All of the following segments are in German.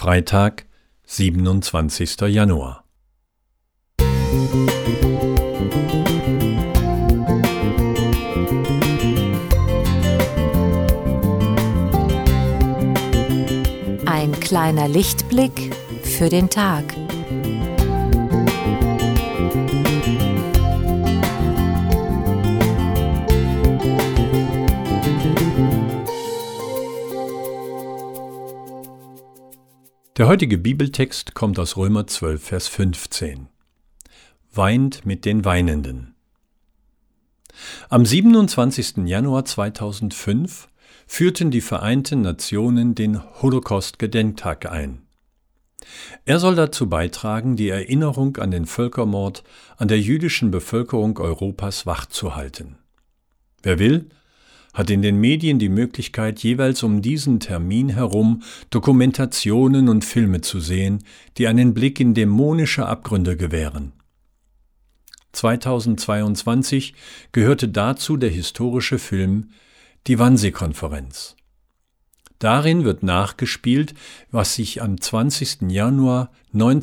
Freitag, 27. Januar. Ein kleiner Lichtblick für den Tag. Der heutige Bibeltext kommt aus Römer 12, Vers 15. Weint mit den Weinenden. Am 27. Januar 2005 führten die Vereinten Nationen den Holocaust-Gedenktag ein. Er soll dazu beitragen, die Erinnerung an den Völkermord an der jüdischen Bevölkerung Europas wachzuhalten. Wer will, hat in den Medien die Möglichkeit, jeweils um diesen Termin herum Dokumentationen und Filme zu sehen, die einen Blick in dämonische Abgründe gewähren. 2022 gehörte dazu der historische Film Die Wannsee-Konferenz. Darin wird nachgespielt, was sich am 20. Januar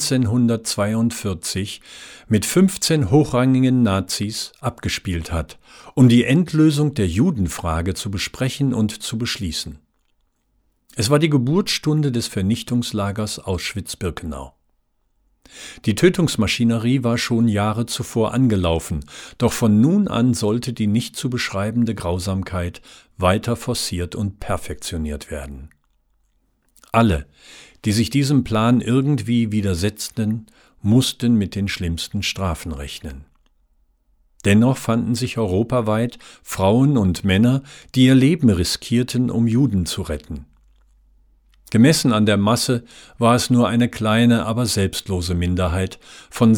1942 mit 15 hochrangigen Nazis abgespielt hat, um die Endlösung der Judenfrage zu besprechen und zu beschließen. Es war die Geburtsstunde des Vernichtungslagers Auschwitz-Birkenau. Die Tötungsmaschinerie war schon Jahre zuvor angelaufen, doch von nun an sollte die nicht zu beschreibende Grausamkeit weiter forciert und perfektioniert werden. Alle, die sich diesem Plan irgendwie widersetzten, mussten mit den schlimmsten Strafen rechnen. Dennoch fanden sich europaweit Frauen und Männer, die ihr Leben riskierten, um Juden zu retten. Gemessen an der Masse war es nur eine kleine, aber selbstlose Minderheit von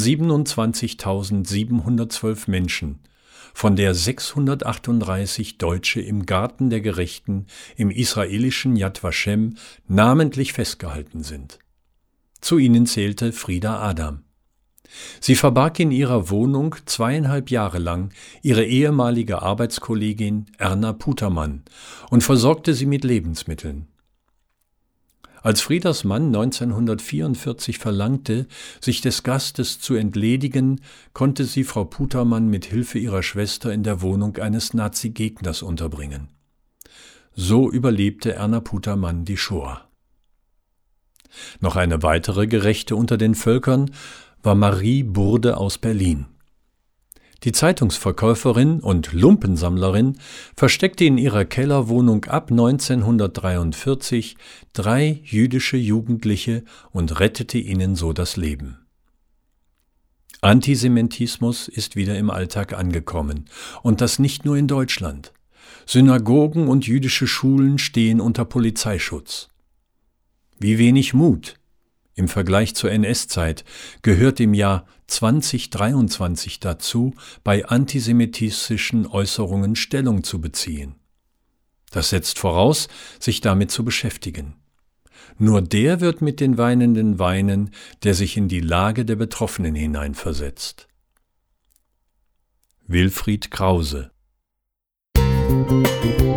27.712 Menschen, von der 638 Deutsche im Garten der Gerechten im israelischen Yad Vashem namentlich festgehalten sind. Zu ihnen zählte Frieda Adam. Sie verbarg in ihrer Wohnung 2,5 Jahre lang ihre ehemalige Arbeitskollegin Erna Putermann und versorgte sie mit Lebensmitteln. Als Friedas Mann 1944 verlangte, sich des Gastes zu entledigen, konnte sie Frau Putermann mit Hilfe ihrer Schwester in der Wohnung eines Nazi-Gegners unterbringen. So überlebte Erna Putermann die Shoah. Noch eine weitere Gerechte unter den Völkern war Marie Burde aus Berlin. Die Zeitungsverkäuferin und Lumpensammlerin versteckte in ihrer Kellerwohnung ab 1943 3 jüdische Jugendliche und rettete ihnen so das Leben. Antisemitismus ist wieder im Alltag angekommen, und das nicht nur in Deutschland. Synagogen und jüdische Schulen stehen unter Polizeischutz. Wie wenig Mut im Vergleich zur NS-Zeit gehört im Jahr 2023 dazu, bei antisemitistischen Äußerungen Stellung zu beziehen. Das setzt voraus, sich damit zu beschäftigen. Nur der wird mit den Weinenden weinen, der sich in die Lage der Betroffenen hineinversetzt. Wilfried Krause.